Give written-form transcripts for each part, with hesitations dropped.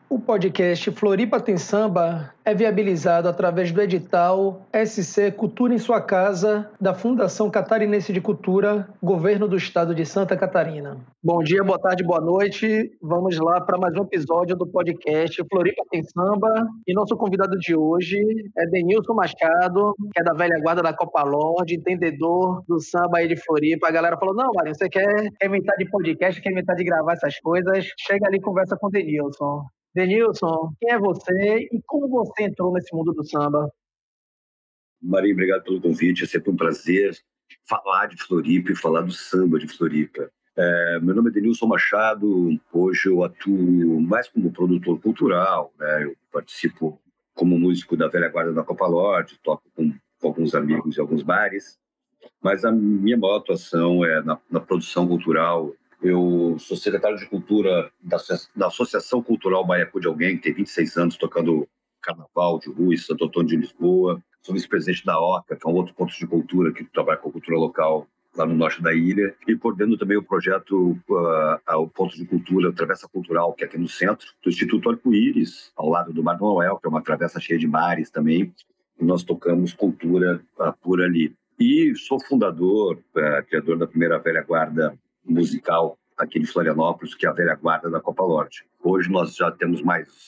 O podcast Floripa Tem Samba é viabilizado através do edital SC Cultura em Sua Casa, da Fundação Catarinense de Cultura, Governo do Estado de Santa Catarina. Bom dia, boa tarde, boa noite. Vamos lá para mais um episódio do podcast Floripa Tem Samba. E nosso convidado de hoje é Denilson Machado, que é da velha guarda da Copa Lorde, entendedor do samba aí de Floripa. A galera falou, não, Marinho, você quer inventar de podcast, quer inventar de gravar essas coisas? Chega ali e conversa com o Denilson. Denilson, quem é você e como você entrou nesse mundo do samba? Marinho, obrigado pelo convite. É sempre um prazer falar de Floripa e falar do samba de Floripa. Meu nome é Denilson Machado. Hoje eu atuo mais como produtor cultural, né? Eu participo como músico da velha guarda da Copa Lorde, toco com alguns amigos em alguns bares, mas a minha maior atuação é na produção cultural. Eu sou secretário de Cultura da Associação Cultural Baiacu de Alguém, que tem 26 anos tocando carnaval de rua em Santo Antônio de Lisboa. Sou vice-presidente da OCA, que é um outro ponto de cultura que trabalha com a cultura local lá no norte da ilha, e coordeno também o projeto o Ponto de Cultura, Travessa Cultural, que é aqui no centro, do Instituto Arco-Íris, ao lado do Mar Noel, que é uma travessa cheia de mares também, e nós tocamos cultura por ali. E sou fundador, criador da primeira velha guarda musical aqui de Florianópolis, que é a velha guarda da Copa Lorde. Hoje nós já temos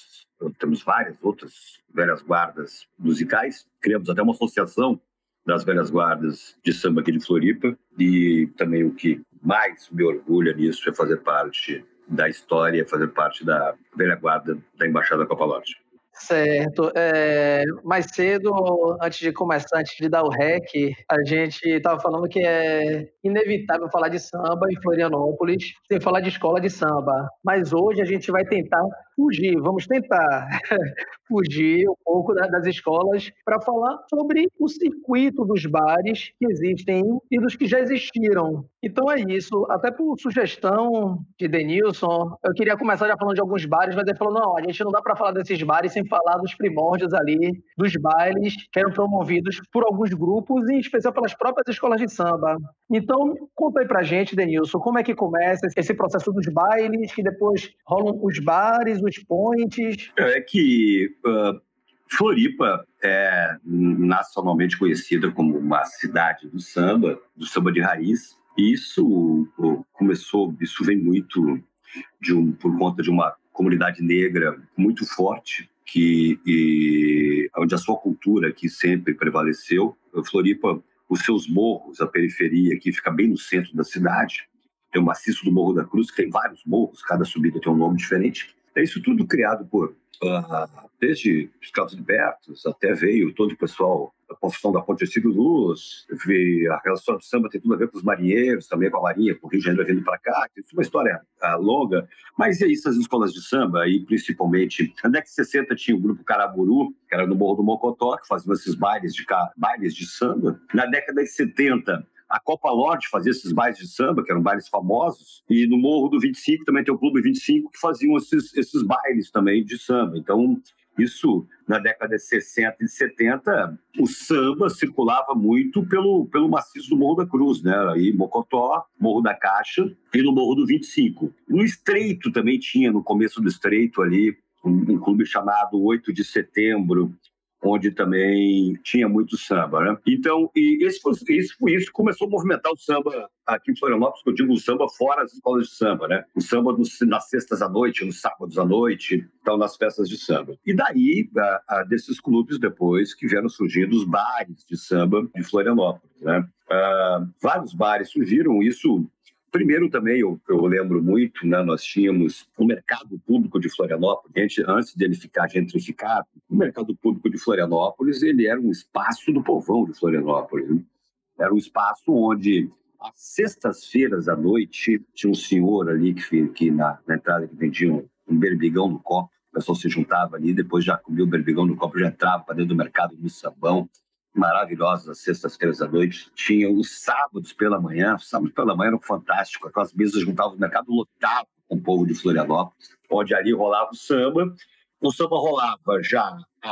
várias outras velhas guardas musicais. Criamos até uma associação das velhas guardas de samba aqui de Floripa, e também o que mais me orgulha nisso é fazer parte da história, fazer parte da velha guarda da Embaixada da Copa Lorde. Certo. Mais cedo, antes de começar, antes de dar o REC, a gente estava falando que é inevitável falar de samba em Florianópolis sem falar de escola de samba. Mas hoje a gente vai tentar fugir, vamos tentar fugir um pouco das escolas para falar sobre o circuito dos bares que existem e dos que já existiram. Então é isso. Até por sugestão de Denilson, eu queria começar já falando de alguns bares, mas ele falou, não, a gente não dá para falar desses bares sem falar dos primórdios ali, dos bailes que eram promovidos por alguns grupos, em especial pelas próprias escolas de samba. Então, conta aí pra gente, Denilson, como é que começa esse processo dos bailes, que depois rolam os bares, os points? É que Floripa é nacionalmente conhecida como uma cidade do samba de raiz. E isso vem muito por conta de uma comunidade negra muito forte, onde a sua cultura aqui sempre prevaleceu. Floripa, os seus morros, a periferia que fica bem no centro da cidade, tem o maciço do Morro da Cruz, que tem vários morros, cada subida tem um nome diferente. É isso tudo criado desde os escravos libertos até veio todo o pessoal, a construção da Ponte Ercílio Luz, a relação do samba tem tudo a ver com os marinheiros, também com a Marinha, com o Rio de Janeiro vindo para cá, tem uma história longa. Mas e aí, essas escolas de samba, e principalmente, na década de 60 tinha o grupo Caraburu, que era no Morro do Mocotó, que fazia esses bailes de samba. Na década de 70, a Copa Lorde fazia esses bailes de samba, que eram bailes famosos, e no Morro do 25 também tem o Clube 25, que faziam esses bailes também de samba. Então, isso, na década de 60 e 70, o samba circulava muito pelo maciço do Morro da Cruz, né? Aí Mocotó, Morro da Caixa e no Morro do 25. No Estreito também tinha, no começo do Estreito ali, um clube chamado 8 de Setembro, onde também tinha muito samba, né? Então, isso foi isso que começou a movimentar o samba aqui em Florianópolis, que eu digo o samba fora as escolas de samba, né? O samba nas sextas à noite, nos sábados à noite, então nas festas de samba. E daí, desses clubes depois, que vieram surgindo os bares de samba de Florianópolis, né? Vários bares surgiram, isso... Primeiro também, eu lembro muito, né, nós tínhamos o mercado público de Florianópolis, antes dele ficar gentrificado, o mercado público de Florianópolis, ele era um espaço do povão de Florianópolis, né? Era um espaço onde, às sextas-feiras à noite, tinha um senhor ali que na entrada que vendia um berbigão no copo, o pessoal se juntava ali, depois já comia o berbigão no copo, já entrava para dentro do mercado do sabão, maravilhosas às sextas-feiras à noite. Tinha os sábados pela manhã eram fantásticos, aquelas mesas juntavam o mercado lotado com o povo de Florianópolis, onde ali rolava o samba rolava já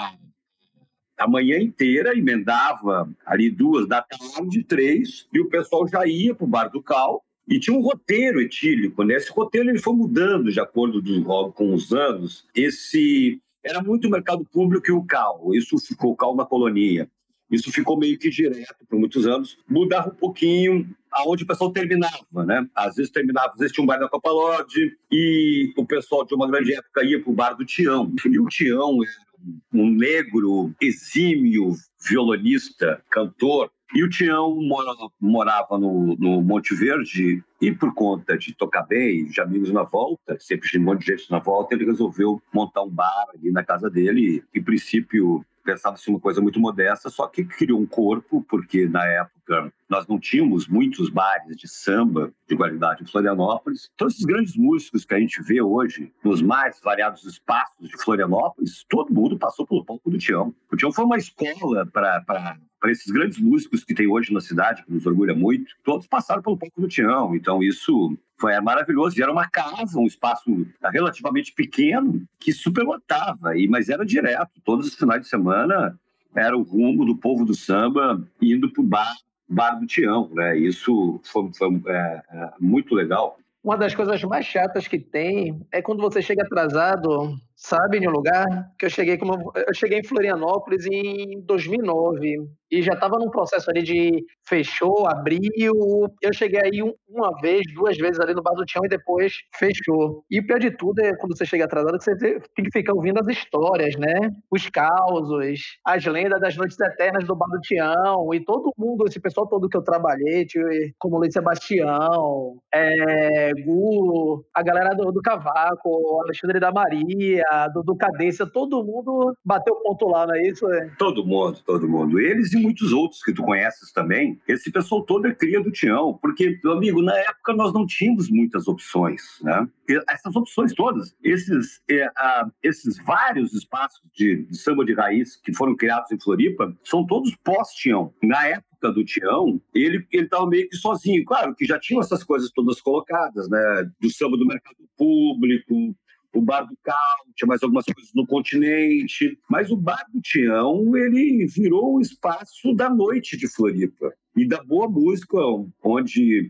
a manhã inteira, emendava ali 2 da tarde, 3, e o pessoal já ia para o Bar do Cal, E tinha um roteiro etílico, né? Esse roteiro ele foi mudando de acordo com os anos. Era muito o mercado público e o CAL. Isso ficou o CAL na colonia. Isso ficou meio que direto por muitos anos. Mudava um pouquinho aonde o pessoal terminava, né? Às vezes terminava, às vezes tinha um bar da Copa Lodge e o pessoal de uma grande época ia para o bar do Tião. E o Tião era um negro exímio, violonista, cantor. E o Tião morava no Monte Verde e por conta de tocar bem, de amigos na volta, sempre tinha um monte de gente na volta, ele resolveu montar um bar ali na casa dele. Em princípio, pensava-se uma coisa muito modesta, só que criou um corpo, porque na época nós não tínhamos muitos bares de samba de qualidade em Florianópolis. Então, esses grandes músicos que a gente vê hoje, nos mais variados espaços de Florianópolis, todo mundo passou pelo palco do Tião. O Tião foi uma escola para esses grandes músicos que tem hoje na cidade, que nos orgulha muito, todos passaram pelo palco do Tião. Então, isso foi maravilhoso. E era uma casa, um espaço relativamente pequeno, que superlotava, mas era direto. Todos os finais de semana era o rumo do povo do samba indo para o bar do Tião, né? Isso foi muito legal. Uma das coisas mais chatas que tem é quando você chega atrasado, sabe, em um lugar que eu cheguei em Florianópolis em 2009 e já estava num processo ali de fechou, abriu. Eu cheguei aí uma vez, duas vezes ali no bar do Tião e depois fechou. E o pior de tudo é quando você chega atrasado que você tem que ficar ouvindo as histórias, né? Os causos, as lendas das noites eternas do bar do Tião e todo mundo, esse pessoal todo que eu trabalhei, como Luiz Sebastião, Gu, a galera do Cavaco, Alexandre da Maria, do Cadência, todo mundo bateu ponto lá, não é isso? Todo mundo. Eles e muitos outros que tu conheces também. Esse pessoal todo é cria do Tião, porque, meu amigo, na época nós não tínhamos muitas opções, né? E essas opções todas, esses vários espaços de samba de raiz que foram criados em Floripa, são todos pós-Tião. Na época do Tião, ele estava meio que sozinho. Claro que já tinham essas coisas todas colocadas, né? Do samba do mercado público, o Bar do Cal, tinha mais algumas coisas no Continente, mas o Bar do Tião, ele virou o espaço da noite de Floripa e da boa música, onde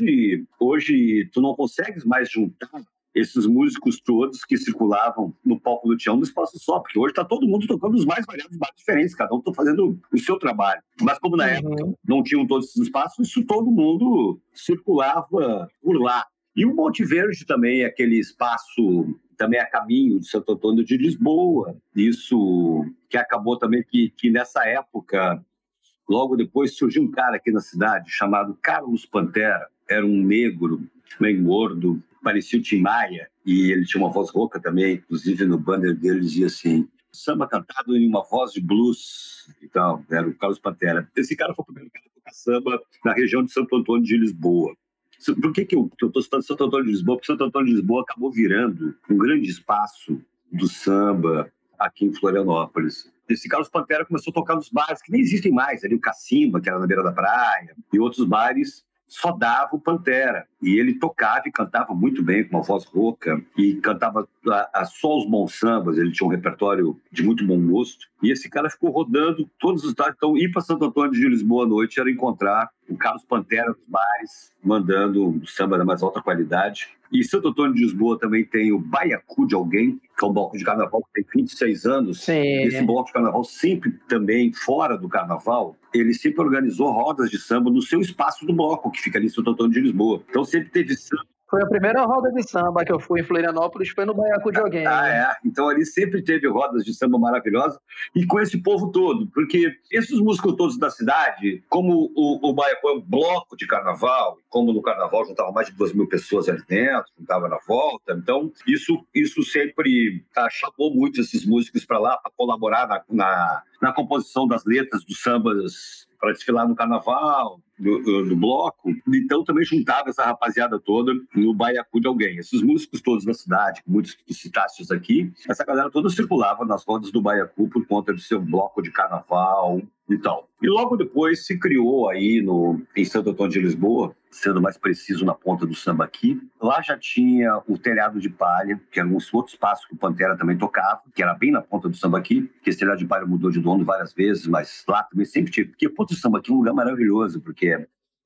hoje tu não consegues mais juntar esses músicos todos que circulavam no palco do Tião no espaço só, porque hoje está todo mundo tocando os mais variados bares diferentes, cada um está fazendo o seu trabalho. Mas como na época não tinham todos esses espaços, isso todo mundo circulava por lá. E o Monte Verde também, aquele espaço também a caminho de Santo Antônio de Lisboa, isso que acabou também que nessa época, logo depois, surgiu um cara aqui na cidade chamado Carlos Pantera, era um negro, meio gordo, parecia o Tim Maia, e ele tinha uma voz rouca também, inclusive no banner dele dizia assim, samba cantado em uma voz de blues, então, era o Carlos Pantera. Esse cara foi o primeiro cara a tocar samba na região de Santo Antônio de Lisboa. Por que eu estou citando Santo Antônio de Lisboa? Porque Santo Antônio de Lisboa acabou virando um grande espaço do samba aqui em Florianópolis. Esse Carlos Pantera começou a tocar nos bares que nem existem mais, ali o Cacimba, que era na beira da praia, e outros bares só dava o Pantera. E ele tocava e cantava muito bem, com uma voz rouca, e cantava só os bons sambas, ele tinha um repertório de muito bom gosto. E esse cara ficou rodando todos os estados. Então, ir para Santo Antônio de Lisboa à noite era encontrar o Carlos Pantera nos bares, mandando samba da mais alta qualidade. E Santo Antônio de Lisboa também tem o Baiacu de Alguém, que é um bloco de carnaval que tem 26 anos. Sim. Esse bloco de carnaval sempre também, fora do carnaval, ele sempre organizou rodas de samba no seu espaço do bloco, que fica ali em Santo Antônio de Lisboa. Então sempre teve samba. Foi a primeira roda de samba que eu fui em Florianópolis, foi no Baiacu de Alguém. Então ali sempre teve rodas de samba maravilhosas e com esse povo todo, porque esses músicos todos da cidade, como o Baiacu é um bloco de carnaval, como no carnaval juntava mais de 2.000 pessoas ali dentro, juntava na volta, então isso sempre chamou muito esses músicos para lá, para colaborar na composição das letras dos sambas para desfilar no carnaval, do bloco. Então também juntava essa rapaziada toda no Baiacu de Alguém. Esses músicos todos da cidade, muitos que citaste aqui, essa galera toda circulava nas rodas do Baiacu por conta de ser um bloco de carnaval e tal. E logo depois se criou aí em Santo Antônio de Lisboa, sendo mais preciso na ponta do samba aqui, lá já tinha o Telhado de Palha, que era um outro espaço que o Pantera também tocava, que era bem na ponta do samba aqui, que esse Telhado de Palha mudou de dono várias vezes, mas lá também sempre tinha, porque a ponta do samba aqui é um lugar maravilhoso, porque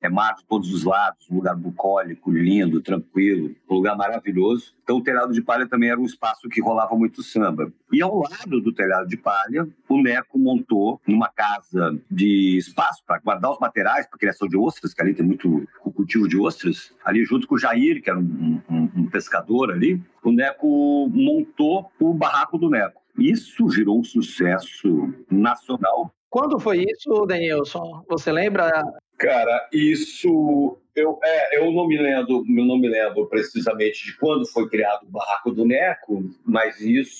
é mar de todos os lados, um lugar bucólico, lindo, tranquilo, um lugar maravilhoso. Então o Telhado de Palha também era um espaço que rolava muito samba. E ao lado do Telhado de Palha, o Neco montou uma casa de espaço para guardar os materiais para criação de ostras, que ali tem muito o cultivo de ostras, ali junto com o Jair, que era um pescador ali. O Neco montou o Barraco do Neco. Isso virou um sucesso nacional. Quando foi isso, Denilson? Você lembra? Cara, isso eu não me lembro precisamente de quando foi criado o Barraco do Neco, mas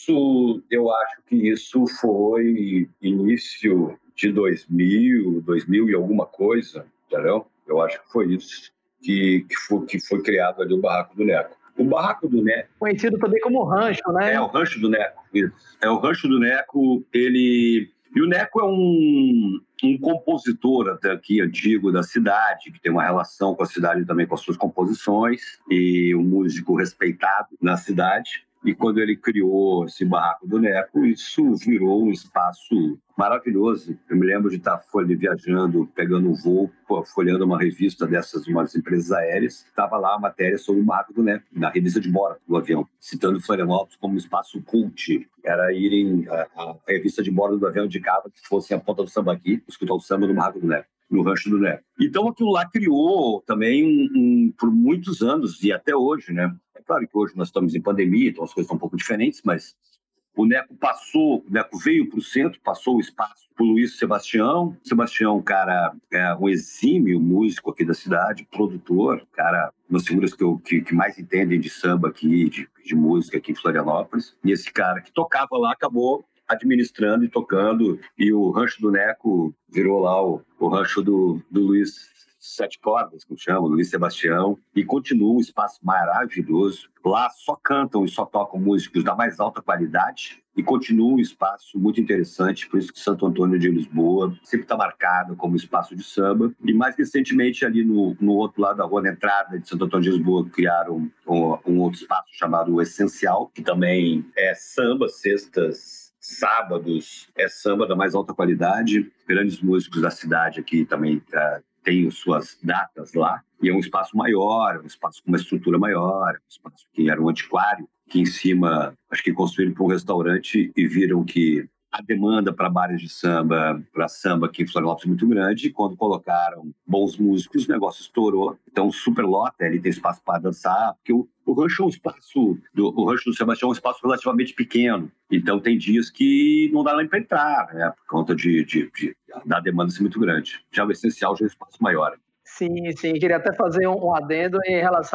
eu acho que isso foi início de 2000 e alguma coisa, entendeu? Eu acho que foi isso que foi criado ali o Barraco do Neco. O Barraco do Neco... Conhecido também como Rancho, né? É, o Rancho do Neco, isso. É, o Rancho do Neco, ele... E o Neco é um compositor até aqui antigo da cidade, que tem uma relação com a cidade também com as suas composições, e um músico respeitado na cidade. E quando ele criou esse Barraco do Neco, isso virou um espaço maravilhoso. Eu me lembro de estar viajando, pegando um voo, folheando uma revista dessas, umas empresas aéreas. Estava lá a matéria sobre o Barraco do Neco, na revista de bordo do avião, citando Florianópolis como um espaço cult. Era a revista de bordo do avião indicava que fosse a Ponta do Sambaqui, escutar o samba do Barraco do Neco, no Rancho do Neco. Então aquilo lá criou também por muitos anos, e até hoje, né? É claro que hoje nós estamos em pandemia, então as coisas estão um pouco diferentes, mas o Neco veio para o centro, passou o espaço para o Luiz Sebastião. Sebastião, cara, é um exímio músico aqui da cidade, produtor, cara, uma das figuras que mais entendem de samba aqui, de música aqui em Florianópolis. E esse cara que tocava lá acabou administrando e tocando, e o Rancho do Neco virou lá o rancho do Luiz Sete Cordas, como chama, Luiz Sebastião, e continua um espaço maravilhoso. Lá só cantam e só tocam músicos da mais alta qualidade, e continua um espaço muito interessante, por isso que Santo Antônio de Lisboa sempre está marcado como espaço de samba. E mais recentemente, ali no outro lado da rua, na entrada de Santo Antônio de Lisboa, criaram um outro espaço chamado Essencial, que também é samba, sextas, sábados, é samba da mais alta qualidade. Grandes músicos da cidade aqui também tem suas datas lá, e é um espaço maior, um espaço com uma estrutura maior, um espaço que era um antiquário, que em cima, acho que construíram para um restaurante e viram que a demanda para bares de samba, para samba aqui em Florianópolis é muito grande, e quando colocaram bons músicos, o negócio estourou. Então, super lota, ali tem espaço para dançar, porque o rancho é um espaço, o Rancho do Sebastião é um espaço relativamente pequeno, então tem dias que não dá nem para entrar, né, por conta da demanda ser muito grande. Já o Essencial já é um espaço maior. Sim, sim. Queria até fazer um adendo em relação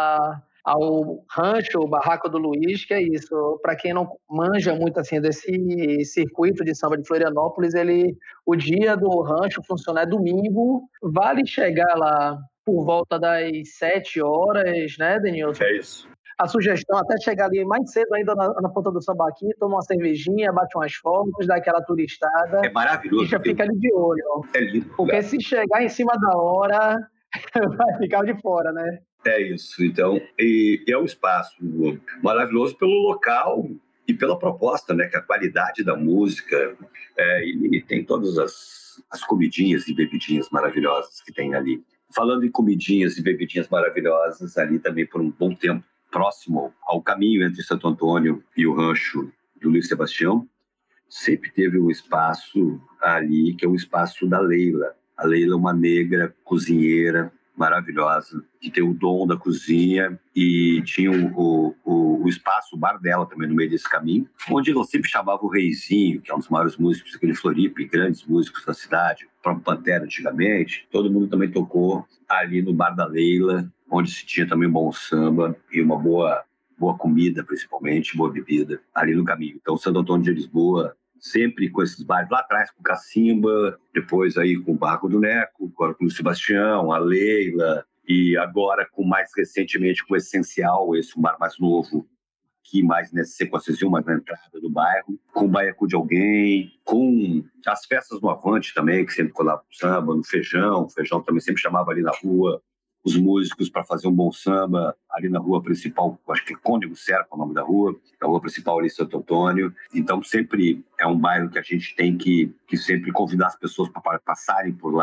ao rancho, o Barraco do Luiz, que é isso. Para quem não manja muito assim desse circuito de samba de Florianópolis, o dia do rancho funciona domingo. Vale chegar lá por volta das 7 horas, né, Denilson? É isso. A sugestão é até chegar ali mais cedo ainda na Ponta do Sambaqui, toma uma cervejinha, bate umas fotos, dá aquela turistada. É maravilhoso. E já fica ali de olho. É lindo. Porque se chegar em cima da hora, vai ficar de fora, né? É isso. Então, e é um espaço maravilhoso pelo local e pela proposta, né? Que a qualidade da música e tem todas as comidinhas e bebidinhas maravilhosas que tem ali. Falando em comidinhas e bebidinhas maravilhosas, ali também por um bom tempo, próximo ao caminho entre Santo Antônio e o rancho do Luiz Sebastião, sempre teve um espaço ali, que é o espaço da Leila. A Leila é uma negra cozinheira maravilhosa, que tem o dom da cozinha, e tinha o espaço, o bar dela também no meio desse caminho, onde ela sempre chamava o Reizinho, que é um dos maiores músicos aqui de Floripa, e grandes músicos da cidade, o próprio Pantera antigamente. Todo mundo também tocou ali no bar da Leila, onde se tinha também um bom samba e uma boa comida, principalmente, boa bebida, ali no caminho. Então, Santo Antônio de Lisboa, sempre com esses bares lá atrás, com o Cacimba, depois aí com o Barraco do Neco, agora com o Sebastião, a Leila, e agora mais recentemente com o Essencial, esse um bar mais novo, aqui mais nesse sequenciazinho, mais na entrada do bairro, com o Baiacu de Alguém, com as festas no Avante também, que sempre colava o samba, no Feijão, o Feijão também sempre chamava ali na rua os músicos para fazer um bom samba ali na rua principal, acho que é Cônego Serpa é o nome da rua principal ali em Santo Antônio. Então sempre é um bairro que a gente tem que sempre convidar as pessoas para passarem por lá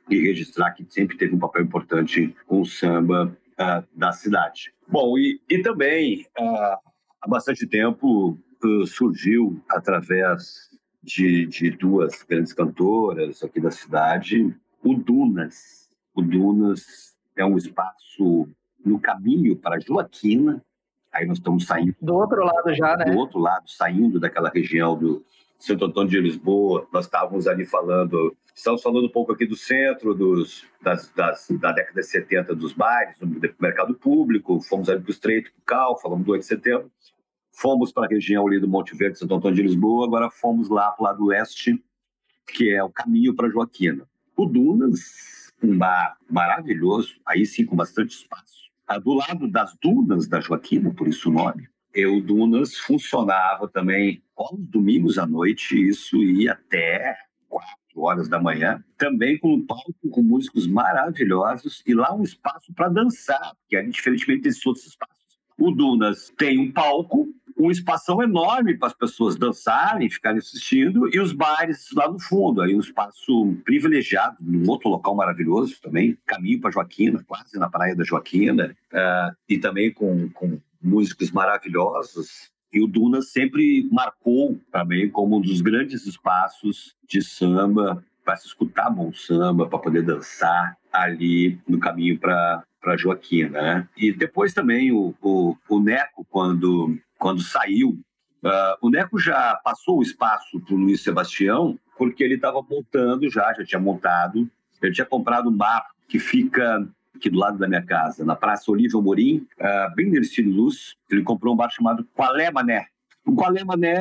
e registrar que sempre teve um papel importante com o samba da cidade. Bom, e também, há bastante tempo, surgiu, através de duas grandes cantoras aqui da cidade, o Dunas. O Dunas é um espaço no caminho para Joaquina. Aí nós estamos saindo... Do outro lado já, né? Do outro lado, saindo daquela região do Santo Antônio de Lisboa. Nós estávamos ali estamos falando um pouco aqui do centro, da década de 70, dos bares, do mercado público. Fomos ali para o Estreito, para o Cal, falamos do 8 de setembro. Fomos para a região ali do Monte Verde, Santo Antônio de Lisboa. Agora fomos lá para o lado leste, que é o caminho para Joaquina. O Dunas, um bar maravilhoso, aí sim com bastante espaço. Do lado das dunas da Joaquina, por isso o nome, o Dunas funcionava também aos domingos à noite, isso ia até 4 horas da manhã, também com um palco com músicos maravilhosos e lá um espaço para dançar, que é diferentemente desses outros espaços. O Dunas tem um palco, um espação enorme para as pessoas dançarem, ficarem assistindo, e os bares lá no fundo, aí um espaço privilegiado, num outro local maravilhoso também, caminho para Joaquina, quase na praia da Joaquina, e também com músicos maravilhosos. E o Dunas sempre marcou também como um dos grandes espaços de samba, para se escutar bom samba, para poder dançar ali no caminho para Joaquina, né? E depois também o Neco, quando saiu, o Neco já passou o espaço para o Luiz Sebastião, porque ele estava montando já tinha montado, ele tinha comprado um bar que fica aqui do lado da minha casa, na Praça Olívio Amorim, bem no Ercílio Luz. Ele comprou um bar chamado Qualé Mané. O Qualé Mané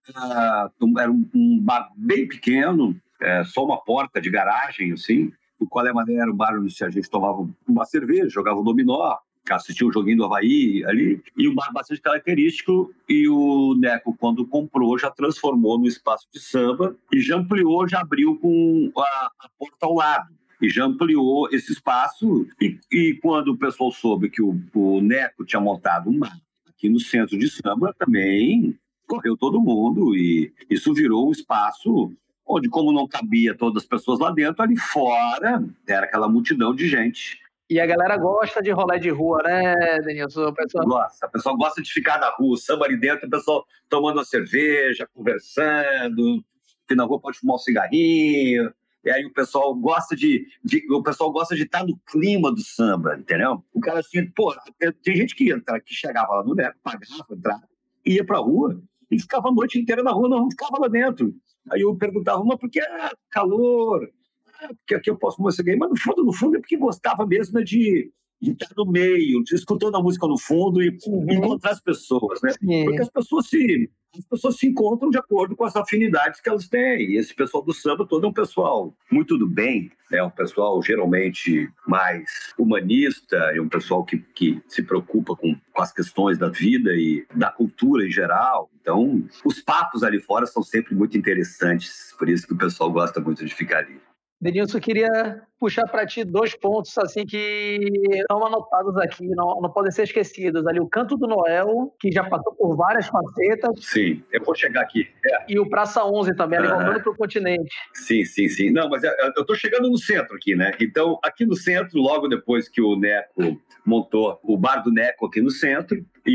era um bar bem pequeno, só uma porta de garagem, assim. O Qualé Mané era um bar onde a gente tomava uma cerveja, jogava um dominó, assistia o joguinho do Avaí ali, e um bar bastante característico. E o Neco, quando comprou, já transformou no espaço de samba e já ampliou, já abriu com a porta ao lado. E já ampliou esse espaço. E quando o pessoal soube que o Neco tinha montado um bar aqui no centro de samba, também correu todo mundo. E isso virou um espaço onde, como não cabia todas as pessoas lá dentro, ali fora era aquela multidão de gente. E a galera gosta de rolê de rua, né, Denilson? A pessoa gosta de ficar na rua, samba ali dentro, o pessoal tomando uma cerveja, conversando, que na rua pode fumar um cigarrinho. E aí o pessoal gosta de estar no clima do samba, entendeu? O cara assim, tem gente que chegava lá no Neco, pagava, entrava, ia pra rua e ficava a noite inteira na rua, não ficava lá dentro. Aí eu perguntava, mas por que calor? Porque aqui eu posso fumar cigarrinho, mas no fundo é porque gostava mesmo de estar no meio, escutando a música no fundo e encontrar as pessoas, né? Sim. Porque as pessoas se encontram de acordo com as afinidades que elas têm. E esse pessoal do samba todo é um pessoal muito do bem, é um pessoal geralmente mais humanista, é um pessoal que se preocupa com as questões da vida e da cultura em geral. Então, os papos ali fora são sempre muito interessantes, por isso que o pessoal gosta muito de ficar ali. Denilson, eu queria puxar para ti 2 pontos assim que estão anotados aqui, não podem ser esquecidos. Ali o Canto do Noel, que já passou por várias facetas. Sim, eu vou chegar aqui. E o Praça 11 também, ali voltando para o continente. Sim. Não, mas eu estou chegando no centro aqui, né? Então, aqui no centro, logo depois que o Neco montou o Bar do Neco aqui no centro,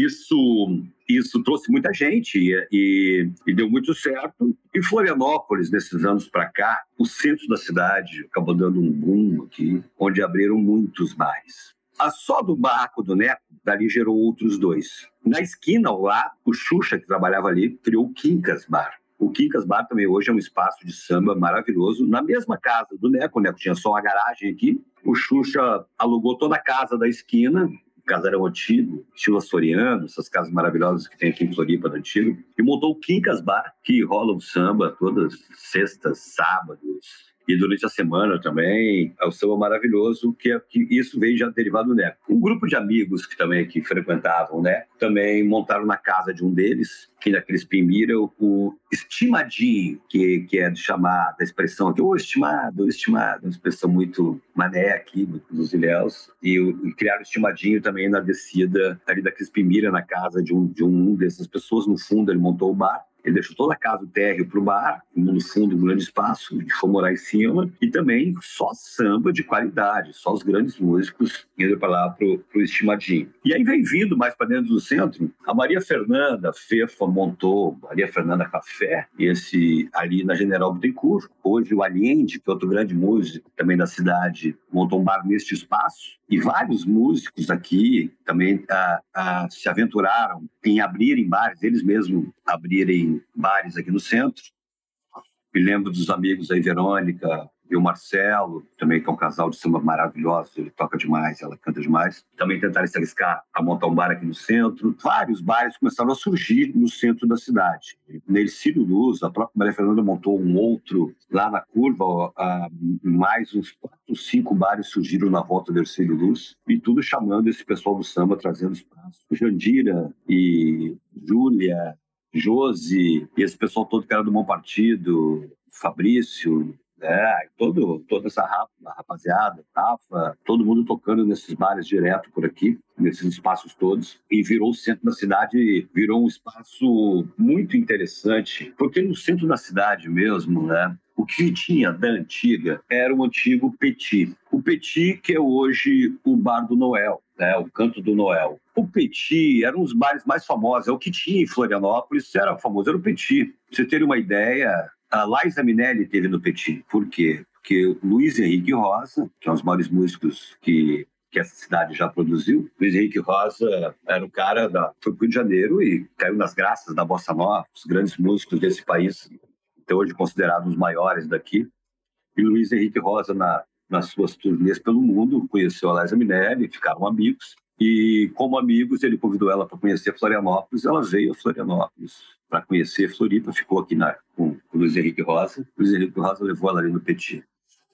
isso trouxe muita gente e deu muito certo. Em Florianópolis, nesses anos para cá, o centro da cidade acabou dando um boom aqui, onde abriram muitos bares. Só do barraco do Neco, dali gerou outros 2. Na esquina, ao lado, o Xuxa, que trabalhava ali, criou o Quincas Bar. O Quincas Bar também hoje é um espaço de samba maravilhoso. Na mesma casa do Neco, o Neco tinha só uma garagem aqui. O Xuxa alugou toda a casa da esquina, casarão antigo, estilo açoriano, essas casas maravilhosas que tem aqui em Floripa, do antigo, e montou o Quincas Bar, que rola um samba todas sextas, sábados, e durante a semana também. É um samba maravilhoso, que isso veio já derivado do Neco. Um grupo de amigos que também aqui frequentavam, né, também montaram na casa de um deles, aqui na Crispim Mira, o Estimadinho, que é de chamar, da expressão aqui, estimado, uma expressão muito mané aqui, dos Ilhéus, e criaram o Estimadinho também na descida ali da Crispim Mira, na casa de um dessas pessoas. No fundo ele montou o bar. Ele deixou toda a casa, o térreo para o bar, no fundo, um grande espaço, e foi morar em cima. E também só samba de qualidade, só os grandes músicos indo para lá para o Estimadinho. E aí vem vindo mais para dentro do centro, a Maria Fernanda Fefa montou Maria Fernanda Café, esse ali na General Bittencourt. Hoje o Allende, que é outro grande músico também da cidade, montou um bar neste espaço. E vários músicos aqui também se aventuraram em abrirem bares, eles mesmos abrirem bares aqui no centro. Me lembro dos amigos aí, Verônica e o Marcelo, também, que é um casal de samba maravilhoso, ele toca demais, ela canta demais. Também tentaram se arriscar a montar um bar aqui no centro. Vários bares começaram a surgir no centro da cidade. Nercílio Luz, a própria Maria Fernanda montou um outro lá na curva, mais uns 4, 5 bares surgiram na volta do Nercílio Luz, e tudo chamando esse pessoal do samba, trazendo espaço. Jandira e Júlia, Josi, e esse pessoal todo que era do Bom Partido, Fabrício, toda essa rapaziada, Rafa, todo mundo tocando nesses bares direto por aqui, nesses espaços todos, e virou o centro da cidade, virou um espaço muito interessante, porque no centro da cidade mesmo, né, o que tinha da antiga era o antigo Petit. O Petit, que é hoje o Bar do Noel, né, o Canto do Noel. O Petit era um dos bares mais famosos, é o que tinha em Florianópolis, era famoso, era o Petit. Pra você ter uma ideia, a Liza Minnelli teve no Petit. Por quê? Porque o Luiz Henrique Rosa, que é um dos maiores músicos que essa cidade já produziu, Luiz Henrique Rosa era um cara foi pro Rio de Janeiro e caiu nas graças da Bossa Nova, os grandes músicos desse país, até hoje considerados os maiores daqui. E Luiz Henrique Rosa, nas suas turnês pelo mundo, conheceu a Liza Minnelli, ficaram amigos. E, como amigos, ele convidou ela para conhecer Florianópolis. Ela veio a Florianópolis para conhecer Floripa, ficou aqui com o Luiz Henrique Rosa. Luiz Henrique Rosa levou ela ali no Petit.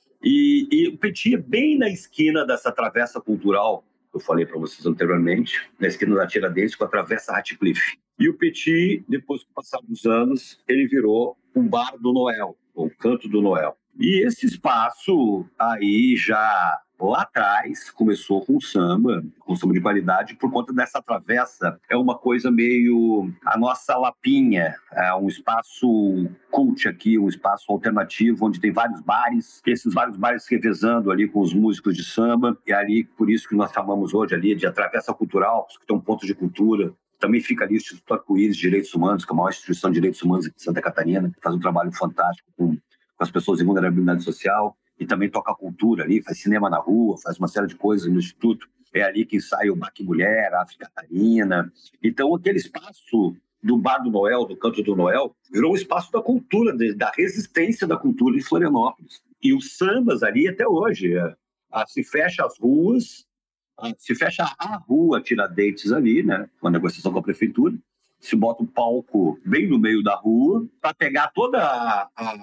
E o Petit é bem na esquina dessa travessa cultural que eu falei para vocês anteriormente, na esquina da Tiradentes com a Travessa Ratcliffe. E o Petit, depois com o passar dos anos, ele virou um bar do Noel, o Canto do Noel. E esse espaço aí já lá atrás começou com samba de qualidade, por conta dessa travessa. É uma coisa meio a nossa Lapinha, é um espaço cult aqui, um espaço alternativo, onde tem vários bares, esses vários bares revezando ali com os músicos de samba, e ali, por isso que nós chamamos hoje ali de a Travessa Cultural, que tem um ponto de cultura. Também fica ali o Instituto Arco-Íris de Direitos Humanos, que é a maior instituição de direitos humanos aqui de Santa Catarina, que faz um trabalho fantástico com as pessoas em vulnerabilidade social, e também toca cultura ali, faz cinema na rua, faz uma série de coisas no Instituto. É ali que ensaia o Baque Mulher, a África Catarina. Então, aquele espaço do Bar do Noel, do Canto do Noel, virou um espaço da cultura, da resistência da cultura em Florianópolis. E os sambas ali até hoje. Se fecha as ruas, se fecha a rua Tiradentes ali, né, uma negociação com a prefeitura, se bota um palco bem no meio da rua para pegar toda a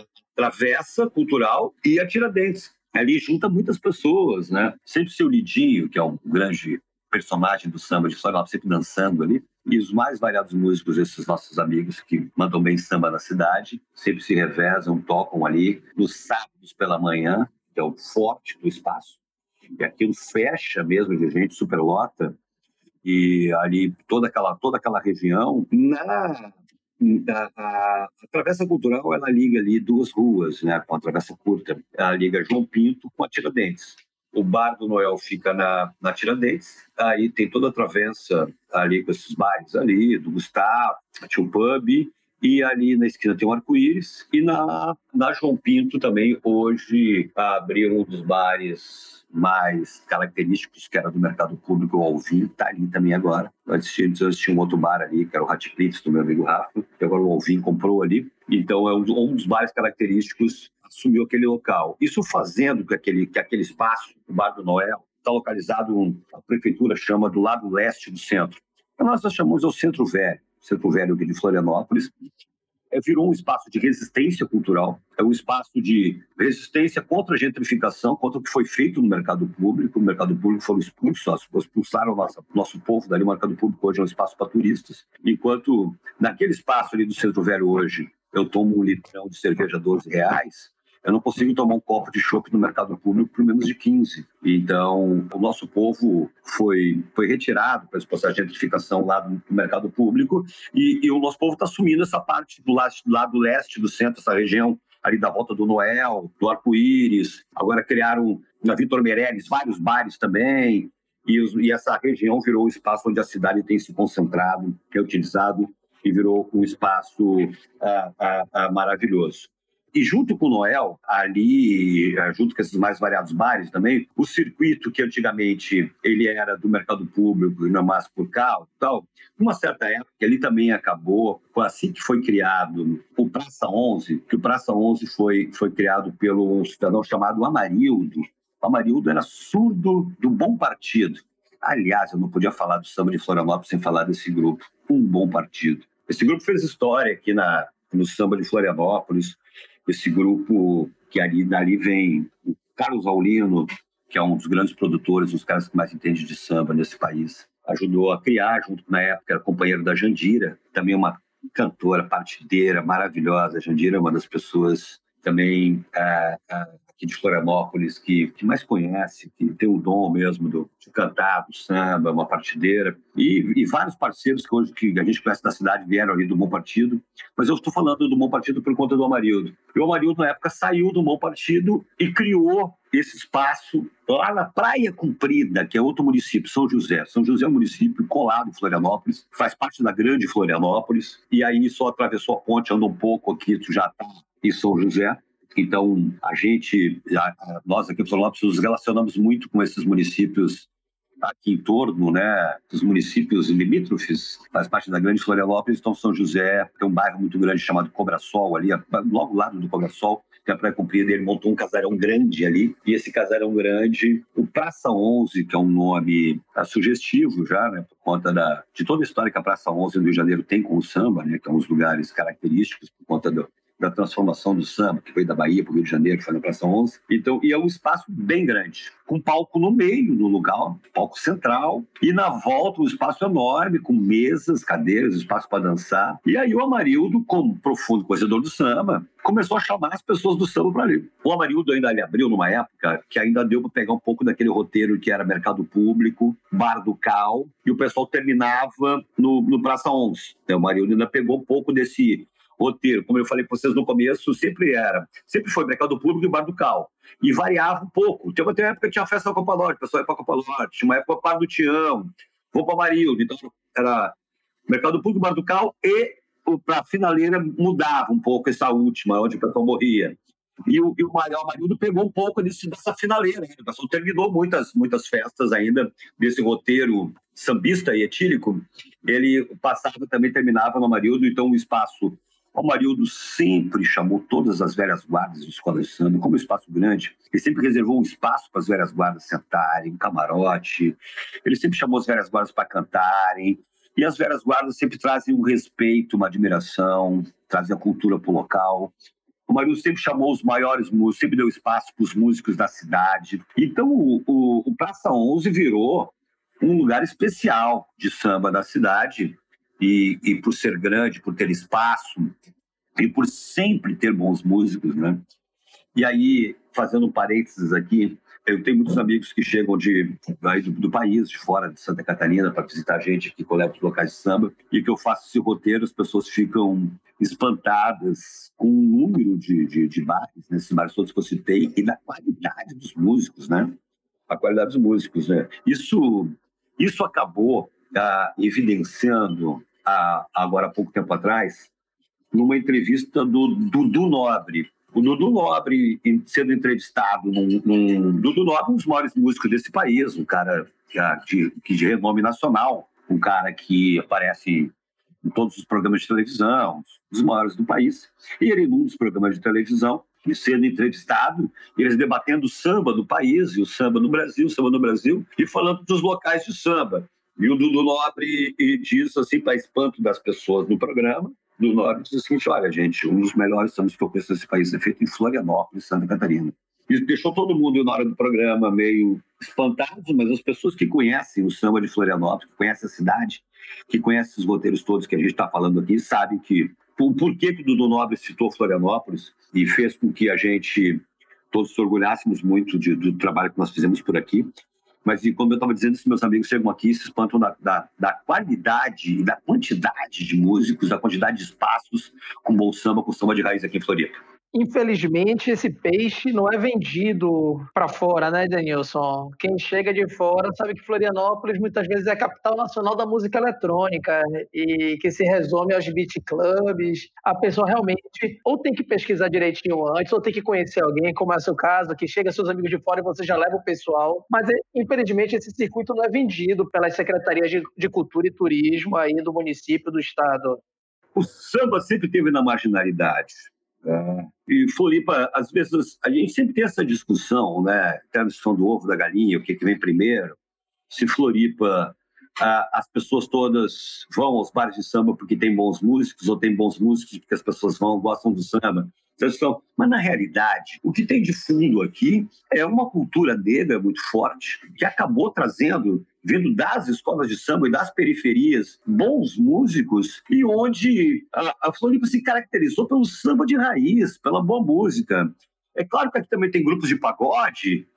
travessa cultural e a Tiradentes. Ali junta muitas pessoas, né? Sempre o seu Lidinho, que é um grande personagem do samba de Florianópolis, sempre dançando ali. E os mais variados músicos, esses nossos amigos que mandam bem samba na cidade, sempre se revezam, tocam ali nos sábados pela manhã, que é o forte do espaço. E aquilo fecha mesmo de gente, superlota. E ali toda aquela região, a Travessa Cultural, ela liga ali 2 ruas, né, com a travessa curta. Ela liga João Pinto com a Tiradentes. O Bar do Noel fica na Tiradentes, aí tem toda a travessa ali com esses bares ali, do Gustavo, tinha um pub, e ali na esquina tem um Arco-Íris, e na João Pinto também, hoje, abriram um dos bares mais característicos, que era do mercado público, o Alvim, está ali também agora. Antes tinha um outro bar ali, que era o Ratcliffe, do meu amigo Rafa, que agora o Alvim comprou ali. Então, é um dos bares característicos, assumiu aquele local. Isso fazendo que aquele espaço, o Bar do Noel, está localizado, a prefeitura chama, do lado leste do centro. Nós chamamos o Centro Velho aqui de Florianópolis. Virou um espaço de resistência cultural, é um espaço de resistência contra a gentrificação, contra o que foi feito no mercado público. O mercado público foi expulsaram o nosso povo dali. O mercado público hoje é um espaço para turistas, enquanto naquele espaço ali do Centro Velho hoje eu tomo um litrão de cerveja R$12, eu não consigo tomar um copo de chopp no mercado público por menos de 15. Então, o nosso povo foi retirado para esse processo de gentrificação lá do mercado público e o nosso povo está assumindo essa parte do lado leste, do centro, essa região ali da Volta do Noel, do Arco-Íris. Agora criaram na Vitor Meireles vários bares também. E essa região virou o espaço onde a cidade tem se concentrado, que é utilizado e virou um espaço maravilhoso. E junto com o Noel, ali, junto com esses mais variados bares também, o circuito que antigamente ele era do mercado público e não mais por carro e tal, numa certa época ele também acabou, assim que foi criado o Praça 11, que o Praça 11 foi criado pelo cidadão chamado Amarildo. O Amarildo era surdo do Bom Partido. Aliás, eu não podia falar do samba de Florianópolis sem falar desse grupo, Um Bom Partido. Esse grupo fez história aqui no samba de Florianópolis. Esse grupo que dali vem o Carlos Aulino, que é um dos grandes produtores, um dos caras que mais entende de samba nesse país. Ajudou a criar, junto na época, era companheiro da Jandira, também uma cantora, partideira, maravilhosa. A Jandira é uma das pessoas também aqui de Florianópolis que mais conhece, que tem o dom mesmo de cantar, do samba, uma partideira. E vários parceiros que hoje que a gente conhece da cidade vieram ali do Bom Partido, mas eu estou falando do Bom Partido por conta do Amarildo. E o Amarildo, na época, saiu do Bom Partido e criou esse espaço lá na Praia Comprida, que é outro município, São José. São José é um município colado em Florianópolis, faz parte da grande Florianópolis, e aí só atravessou a ponte, anda um pouco aqui, tu já está em São José. Então, nós aqui em Florianópolis nos relacionamos muito com esses municípios aqui em torno, né, dos municípios limítrofes, faz parte da grande Florianópolis. Então, São José tem um bairro muito grande chamado Cobrasol, ali, logo ao lado do Cobrasol, que é a Praia Comprida. Ele montou um casarão grande ali, e esse casarão grande, o Praça 11, que é um nome sugestivo já, né, por conta de toda a história que a Praça 11 no Rio de Janeiro tem com o samba, né, que é um dos lugares característicos por conta da transformação do samba, que foi da Bahia para o Rio de Janeiro, que foi na Praça 11. Então, e é um espaço bem grande, com palco no meio do lugar, palco central, e na volta um espaço enorme, com mesas, cadeiras, espaço para dançar. E aí o Amarildo, como profundo conhecedor do samba, começou a chamar as pessoas do samba para ali. O Amarildo ainda ali abriu numa época que ainda deu para pegar um pouco daquele roteiro que era mercado público, Bar do Cal, e o pessoal terminava no Praça 11. Então, o Amarildo ainda pegou um pouco desse roteiro, como eu falei para vocês no começo, sempre foi mercado público e Bar do Cal. E variava um pouco. Tinha uma época que tinha a festa da Copa Norte, o pessoal ia para a Copa Norte, tinha uma época Par do Tião, vou para Amarildo. Então, era mercado público, Bar do Cal, e para a finaleira mudava um pouco essa última, onde o pessoal morria. E o Amarildo pegou um pouco dessa finaleira. O pessoal terminou muitas festas ainda desse roteiro sambista e etílico. Ele passava também, terminava no Amarildo, então o espaço. O Amarildo sempre chamou todas as velhas guardas de escola de samba, como um espaço grande. Ele sempre reservou um espaço para as velhas guardas sentarem, um camarote. Ele sempre chamou as velhas guardas para cantarem. E as velhas guardas sempre trazem um respeito, uma admiração, trazem a cultura para o local. O Amarildo sempre chamou os maiores músicos, sempre deu espaço para os músicos da cidade. Então, o Praça 11 virou um lugar especial de samba da cidade. E por ser grande, por ter espaço e por sempre ter bons músicos, né? E aí, fazendo um parênteses aqui, eu tenho muitos amigos que chegam do país, de fora de Santa Catarina, para visitar a gente aqui, colega dos locais de samba, e que eu faço esse roteiro, as pessoas ficam espantadas com o número de bares, nesses bares todos que eu citei, e da qualidade dos músicos, né? A qualidade dos músicos, né? Isso acabou evidenciando, agora há pouco tempo atrás, numa entrevista do Dudu Nobre. O Dudu Nobre sendo entrevistado Dudu Nobre, um dos maiores músicos desse país, um cara de renome nacional, um cara que aparece em todos os programas de televisão, os maiores do país. E ele, num dos programas de televisão, sendo entrevistado, eles debatendo o samba do país, e o samba no Brasil, e falando dos locais de samba. E o Dudu Nobre diz assim, para espanto das pessoas no programa, Dudu Nobre diz o seguinte: olha, gente, um dos melhores sambas que eu conheço nesse país é feito em Florianópolis, Santa Catarina. Isso deixou todo mundo na hora do programa meio espantado, mas as pessoas que conhecem o samba de Florianópolis, que conhecem a cidade, que conhecem os roteiros todos que a gente está falando aqui, sabem que o porquê que o Dudu Nobre citou Florianópolis e fez com que a gente todos se orgulhássemos muito do trabalho que nós fizemos por aqui. Mas, como eu estava dizendo, esses meus amigos chegam aqui e se espantam da qualidade e da quantidade de músicos, da quantidade de espaços com bom samba, com samba de raiz aqui em Floripa. Infelizmente, esse peixe não é vendido para fora, né, Denilson? Quem chega de fora sabe que Florianópolis muitas vezes é a capital nacional da música eletrônica e que se resume aos beat clubs. A pessoa realmente ou tem que pesquisar direitinho antes, ou tem que conhecer alguém, como é o seu caso, que chega seus amigos de fora e você já leva o pessoal. Mas, infelizmente, esse circuito não é vendido pelas secretarias de Cultura e Turismo aí do município, do estado. O samba sempre teve na marginalidade. E Floripa, às vezes, a gente sempre tem essa discussão, né? Tem a discussão do ovo da galinha, o que vem primeiro. Se Floripa, as pessoas todas vão aos bares de samba porque tem bons músicos, ou tem bons músicos porque as pessoas gostam do samba. Mas, na realidade, o que tem de fundo aqui é uma cultura negra muito forte que acabou trazendo, vindo das escolas de samba e das periferias, bons músicos, e onde a Floripa se caracterizou pelo samba de raiz, pela boa música. É claro que aqui também tem grupos de pagode,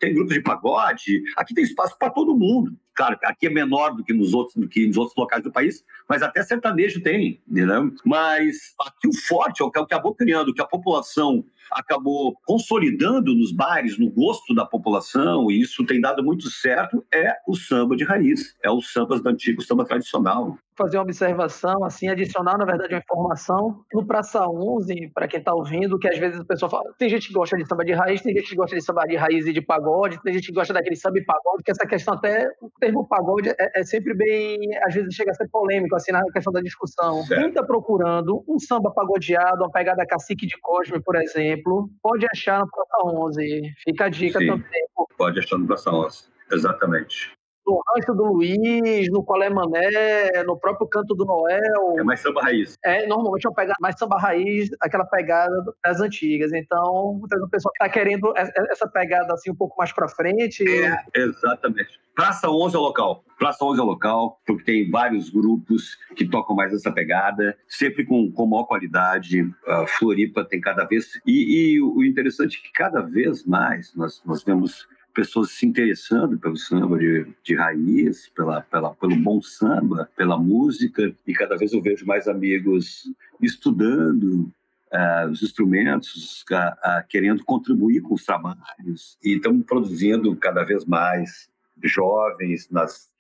aqui tem espaço para todo mundo. Claro, aqui é menor do que nos outros locais do país, mas até sertanejo tem, entendeu? Mas aqui o forte é o que acabou criando, que a população acabou consolidando nos bares, no gosto da população, e isso tem dado muito certo, é o samba de raiz, é os sambas do antigo, samba tradicional. Fazer uma observação, assim, adicionar, na verdade, uma informação no Praça 11, para quem está ouvindo, que às vezes o pessoal fala, tem gente que gosta de samba de raiz, tem gente que gosta de samba de raiz e de pagode, tem gente que gosta daquele samba e pagode, que essa questão até, o termo pagode é sempre bem, às vezes chega a ser polêmico, assim, na questão da discussão. Certo. Quem está procurando um samba pagodeado, uma pegada Cacique de Cosme, por exemplo, pode achar no Praça 11. Fica a dica. Sim, também. Pode achar no Praça 11, exatamente. No Rancho do Luiz, no Colé Mané, no próprio Canto do Noel. É mais samba raiz. Normalmente é uma pegada mais samba raiz, aquela pegada das antigas. Então, muitas vezes o pessoal está querendo essa pegada assim um pouco mais para frente. Exatamente. Praça 11 é o local. Praça 11 é o local, porque tem vários grupos que tocam mais essa pegada, sempre com maior qualidade. Floripa tem cada vez... E o interessante é que cada vez mais nós vemos pessoas se interessando pelo samba de raiz, pelo bom samba, pela música, e cada vez eu vejo mais amigos estudando os instrumentos, querendo contribuir com os trabalhos, e estamos produzindo cada vez mais jovens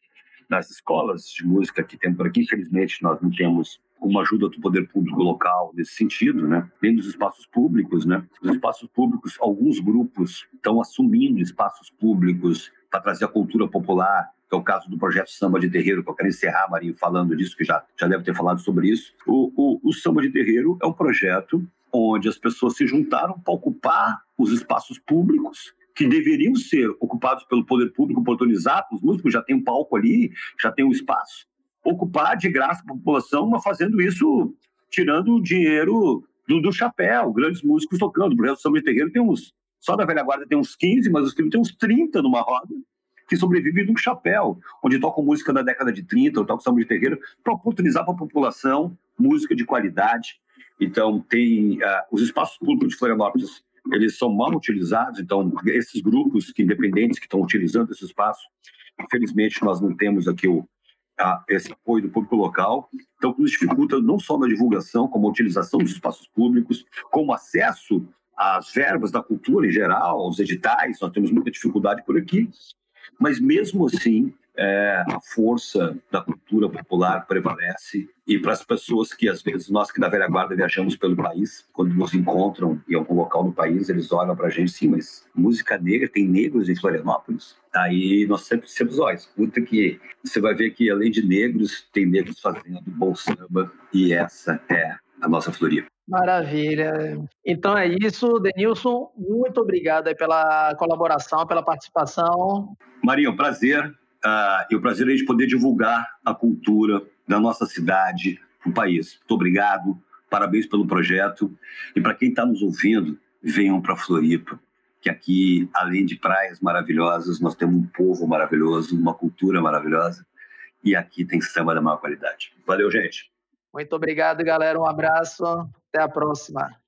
nas escolas de música que tem por aqui. Infelizmente, nós não temos uma ajuda do poder público local nesse sentido, né? Nem dos espaços públicos, né? Os espaços públicos, alguns grupos estão assumindo espaços públicos para trazer a cultura popular, que é o caso do projeto Samba de Terreiro, que eu quero encerrar, Marinho, falando disso, que já deve ter falado sobre isso. O Samba de Terreiro é um projeto onde as pessoas se juntaram para ocupar os espaços públicos que deveriam ser ocupados pelo poder público, oportunizar, os músicos já têm um palco ali, já tem um espaço, ocupar de graça para a população, mas fazendo isso, tirando o dinheiro do chapéu, grandes músicos tocando. O projeto Samba de Terreiro tem só da velha guarda tem uns 15, mas os que tem uns 30 numa roda, que sobrevivem de um chapéu, onde tocam música da década de 30, ou tocam samba de terreiro, para oportunizar para a população música de qualidade. Então, tem os espaços públicos de Florianópolis, eles são mal utilizados, então esses grupos independentes que estão utilizando esse espaço, infelizmente nós não temos aqui esse apoio do público local, então nos dificulta não só na divulgação, como a utilização dos espaços públicos, como acesso às verbas da cultura em geral, aos editais. Nós temos muita dificuldade por aqui, mas mesmo assim a força da cultura popular prevalece, e para as pessoas que às vezes, nós que da velha guarda viajamos pelo país, quando nos encontram em algum local do país, eles olham para a gente, sim, mas música negra, tem negros em Florianópolis? Aí nós sempre dissemos, escuta que você vai ver que além de negros, tem negros fazendo bom samba, e essa é a nossa Floripa. Maravilha. Então é isso, Denilson, muito obrigado aí pela colaboração, pela participação. Marinho, prazer. E o prazer é de poder divulgar a cultura da nossa cidade para o país. Muito obrigado, parabéns pelo projeto. E para quem está nos ouvindo, venham para Floripa, que aqui, além de praias maravilhosas, nós temos um povo maravilhoso, uma cultura maravilhosa, e aqui tem samba da maior qualidade. Valeu, gente! Muito obrigado, galera. Um abraço. Até a próxima.